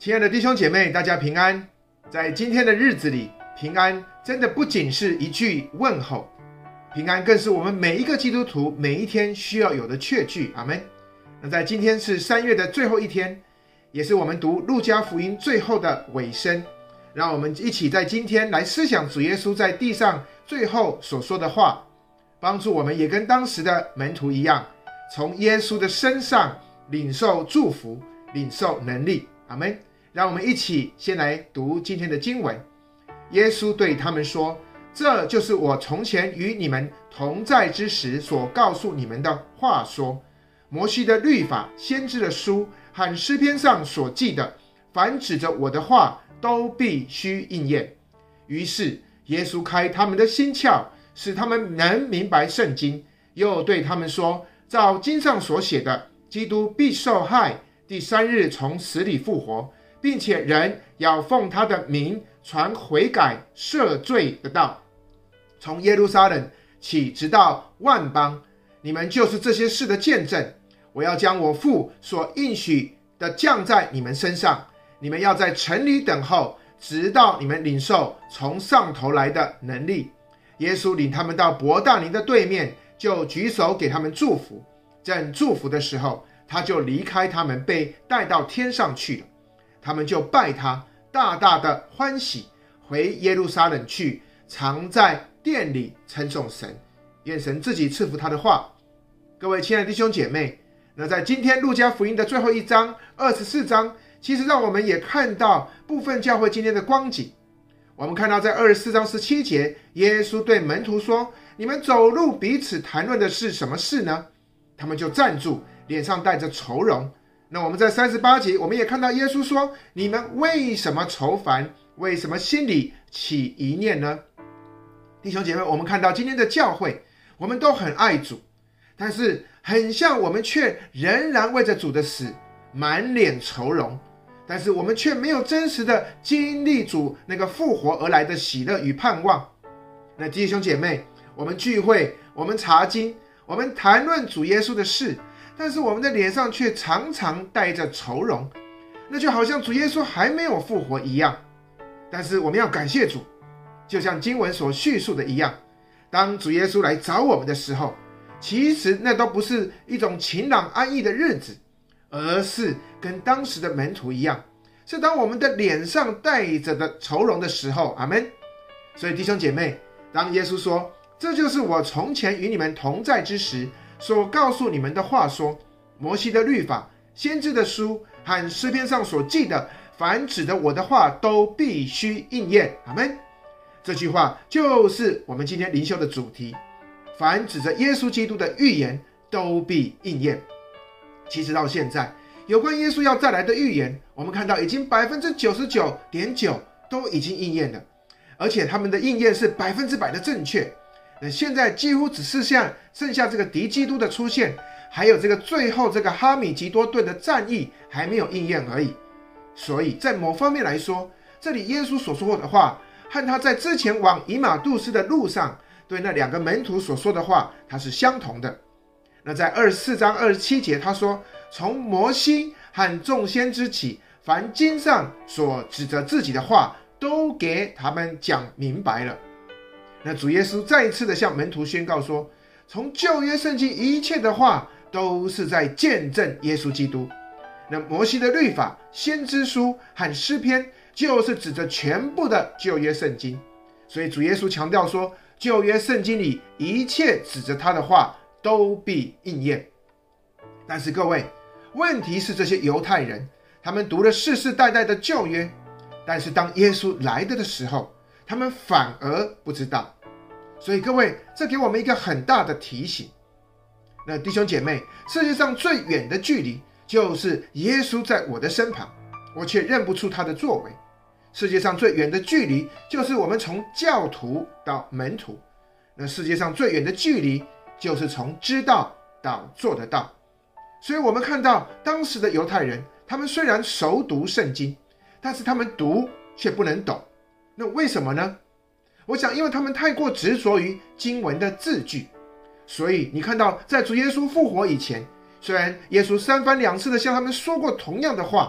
亲爱的弟兄姐妹，大家平安。在今天的日子里，平安真的不仅是一句问候，平安更是我们每一个基督徒每一天需要有的确据。阿们。那在今天是3月的最后一天，也是我们读路加福音最后的尾声，让我们一起在今天来思想主耶稣在地上最后所说的话，帮助我们也跟当时的门徒一样，从耶稣的身上领受祝福，领受能力。阿们。让我们一起先来读今天的经文。耶稣对他们说，这就是我从前与你们同在之时所告诉你们的话说，摩西的律法、先知的书和诗篇上所记的，凡指着我的话都必须应验。于是耶稣开他们的心窍，使他们能明白圣经，又对他们说，照经上所写的，基督必受害，第3日从死里复活，并且人要奉他的名传悔改赦罪的道，从耶路撒冷起直到万邦。你们就是这些事的见证。我要将我父所应许的降在你们身上，你们要在城里等候，直到你们领受从上头来的能力。耶稣领他们到伯大尼的对面，就举手给他们祝福。正祝福的时候，他就离开他们，被带到天上去了。他们就拜他，大大的欢喜，回耶路撒冷去，常在殿里称颂神。愿神自己赐福他的话。各位亲爱的弟兄姐妹，那在今天路加福音的最后一章24章，其实让我们也看到部分教会今天的光景。我们看到在24章17节，耶稣对门徒说，你们走路彼此谈论的是什么事呢？他们就站住，脸上带着愁容。那我们在38节，我们也看到耶稣说，你们为什么愁烦，为什么心里起疑念呢？弟兄姐妹，我们看到今天的教会，我们都很爱主，但是很像我们却仍然为着主的死满脸愁容，但是我们却没有真实的经历主那个复活而来的喜乐与盼望。那弟兄姐妹，我们聚会，我们查经，我们谈论主耶稣的事，但是我们的脸上却常常带着愁容，那就好像主耶稣还没有复活一样。但是我们要感谢主，就像经文所叙述的一样，当主耶稣来找我们的时候，其实那都不是一种晴朗安逸的日子，而是跟当时的门徒一样，是当我们的脸上带着的愁容的时候。阿们。所以弟兄姐妹，当耶稣说，这就是我从前与你们同在之时所告诉你们的话说，摩西的律法、先知的书和诗篇上所记的，凡指着我的话都必须应验。阿们。这句话就是我们今天灵修的主题，凡指着耶稣基督的预言都必应验。其实到现在，有关耶稣要再来的预言，我们看到已经 99.9% 都已经应验了，而且他们的应验是100%的正确。那现在几乎只剩下这个敌基督的出现，还有这个最后这个哈米吉多顿的战役还没有应验而已。所以在某方面来说，这里耶稣所说的话和他在之前往以马杜斯的路上对那2个门徒所说的话，它是相同的。那在24章27节他说，从摩西和众先知起，凡经上所指着自己的话都给他们讲明白了。那主耶稣再一次的向门徒宣告说，从旧约圣经一切的话都是在见证耶稣基督。那摩西的律法、先知书和诗篇就是指着全部的旧约圣经。所以主耶稣强调说，旧约圣经里一切指着他的话都必应验。但是各位，问题是这些犹太人，他们读了世世代代的旧约，但是当耶稣来的时候，他们反而不知道。所以各位，这给我们一个很大的提醒。那弟兄姐妹，世界上最远的距离就是耶稣在我的身旁，我却认不出他的作为。世界上最远的距离就是我们从教徒到门徒，那世界上最远的距离就是从知道到做得到。所以我们看到当时的犹太人，他们虽然熟读圣经，但是他们读却不能懂。那为什么呢？我想因为他们太过执着于经文的字句。所以你看到在主耶稣复活以前，虽然耶稣3番2次的向他们说过同样的话，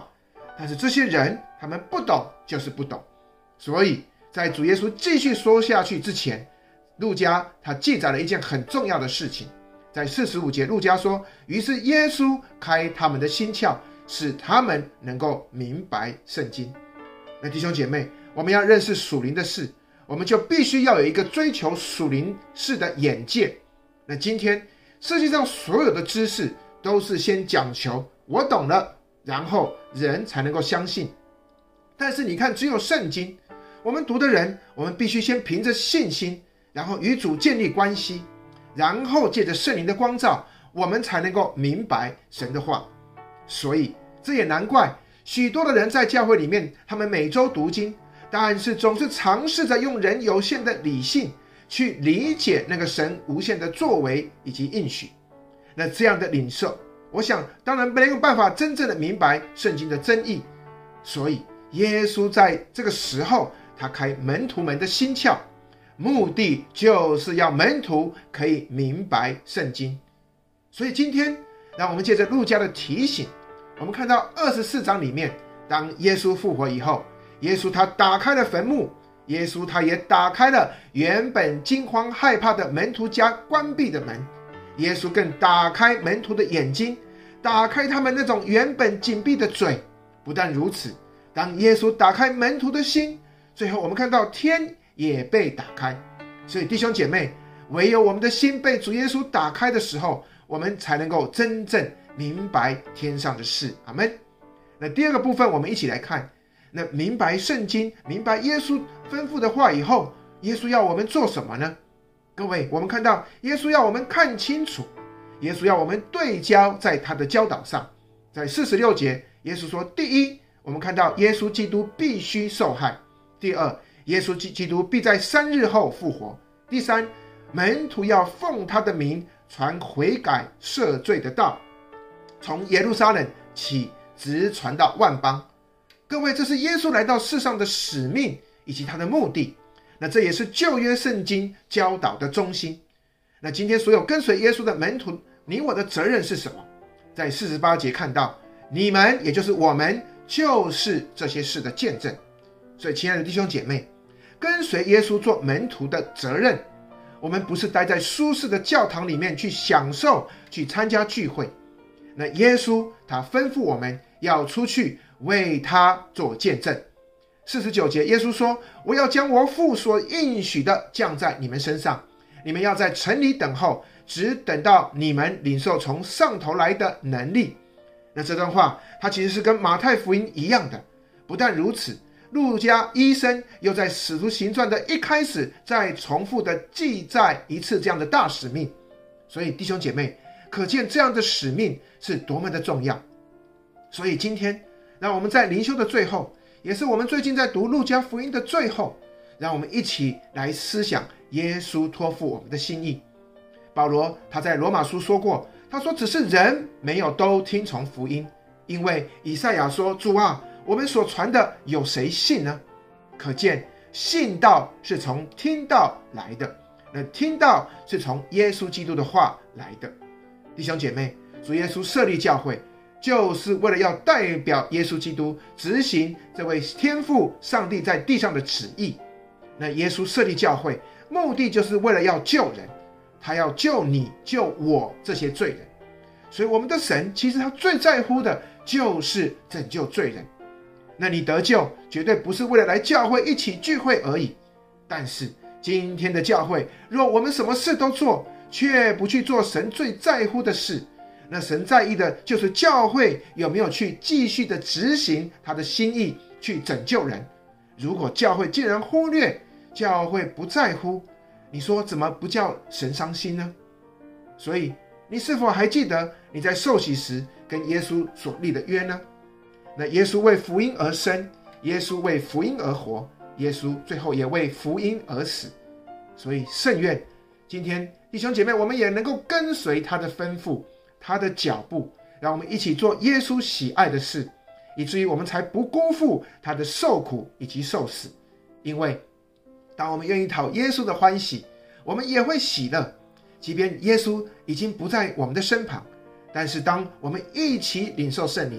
但是这些人他们不懂就是不懂。所以在主耶稣继续说下去之前，路加他记载了一件很重要的事情。在45节，路加说，于是耶稣开他们的心窍，使他们能够明白圣经。那弟兄姐妹，我们要认识属灵的事，我们就必须要有一个追求属灵事的眼界。那今天世界上所有的知识都是先讲求我懂了，然后人才能够相信。但是你看，只有圣经，我们读的人，我们必须先凭着信心，然后与主建立关系，然后借着圣灵的光照，我们才能够明白神的话。所以这也难怪许多的人在教会里面，他们每周读经，但是总是尝试着用人有限的理性去理解那个神无限的作为以及应许。那这样的领受，我想当然没有办法真正的明白圣经的真意。所以耶稣在这个时候，他开门徒们的心窍，目的就是要门徒可以明白圣经。所以今天让我们借着路加的提醒，我们看到24章里面，当耶稣复活以后，耶稣他打开了坟墓，耶稣他也打开了原本惊慌害怕的门徒家关闭的门，耶稣更打开门徒的眼睛，打开他们那种原本紧闭的嘴。不但如此，当耶稣打开门徒的心，最后我们看到天也被打开。所以弟兄姐妹，唯有我们的心被主耶稣打开的时候，我们才能够真正明白天上的事。阿们。那第二个部分，我们一起来看，那明白圣经，明白耶稣吩咐的话以后，耶稣要我们做什么呢？各位，我们看到耶稣要我们看清楚，耶稣要我们对焦在他的教导上。在46节，耶稣说，第一，我们看到耶稣基督必须受害；第二，耶稣基督必在3日后复活；第三，门徒要奉他的名传悔改赦罪的道，从耶路撒冷起，直传到万邦。各位，这是耶稣来到世上的使命以及他的目的。那这也是旧约圣经教导的中心。那今天所有跟随耶稣的门徒，你我的责任是什么？在48节看到，你们也就是我们，就是这些事的见证。所以亲爱的弟兄姐妹，跟随耶稣做门徒的责任，我们不是待在舒适的教堂里面去享受，去参加聚会。那耶稣他吩咐我们要出去为他做见证。49节，耶稣说，我要将我父所应许的降在你们身上，你们要在城里等候，只等到你们领受从上头来的能力。那这段话它其实是跟马太福音一样的。不但如此，路加医生又在使徒行传的一开始再重复的记载一次这样的大使命。所以弟兄姐妹，可见这样的使命是多么的重要。所以今天让我们在灵修的最后，也是我们最近在读路加福音的最后，让我们一起来思想耶稣托付我们的心意。保罗他在罗马书说过，他说只是人没有都听从福音，因为以赛亚说，主啊，我们所传的有谁信呢？可见信道是从听道来的，那听道是从耶稣基督的话来的。弟兄姐妹，主耶稣设立教会，就是为了要代表耶稣基督执行这位天父上帝在地上的旨意。那耶稣设立教会，目的就是为了要救人，他要救你救我这些罪人。所以我们的神其实他最在乎的就是拯救罪人。那你得救绝对不是为了来教会一起聚会而已。但是今天的教会，若我们什么事都做，却不去做神最在乎的事，那神在意的就是教会有没有去继续的执行他的心意，去拯救人。如果教会竟然忽略，教会不在乎，你说怎么不叫神伤心呢？所以你是否还记得你在受洗时跟耶稣所立的约呢？那耶稣为福音而生，耶稣为福音而活，耶稣最后也为福音而死。所以甚愿今天弟兄姐妹，我们也能够跟随他的吩咐，他的脚步，让我们一起做耶稣喜爱的事，以至于我们才不辜负他的受苦以及受死。因为当我们愿意讨耶稣的欢喜，我们也会喜乐。即便耶稣已经不在我们的身旁，但是当我们一起领受圣灵，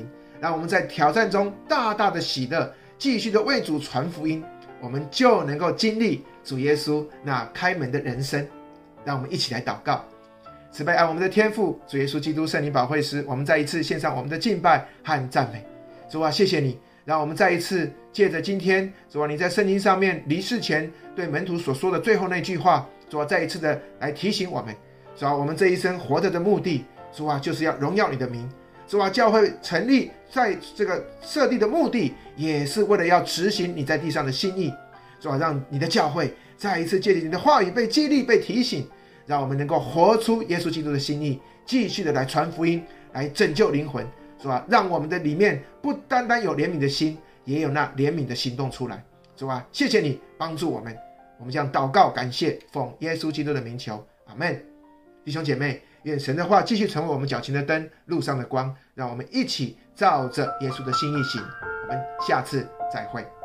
让我们在挑战中大大的喜乐，继续的为主传福音，我们就能够经历主耶稣那开门的人生。让我们一起来祷告。慈悲爱我们的天父，主耶稣基督圣灵保惠师，我们再一次献上我们的敬拜和赞美。主啊，谢谢你，让我们再一次借着今天，主啊，你在圣经上面离世前对门徒所说的最后那句话，主啊，再一次的来提醒我们，主啊，我们这一生活着的目的，主啊，就是要荣耀你的名。主啊，教会成立在这个设立的目的，也是为了要执行你在地上的心意。主啊，让你的教会再一次借着你的话语被激励、被提醒，让我们能够活出耶稣基督的心意，继续的来传福音，来拯救灵魂。主啊，让我们的里面不单单有怜悯的心，也有那怜悯的行动出来。主啊，谢谢你帮助我们，我们这样祷告感谢，奉耶稣基督的名求，阿们。弟兄姐妹，愿神的话继续成为我们脚前的灯，路上的光，让我们一起照着耶稣的心意行。我们下次再会。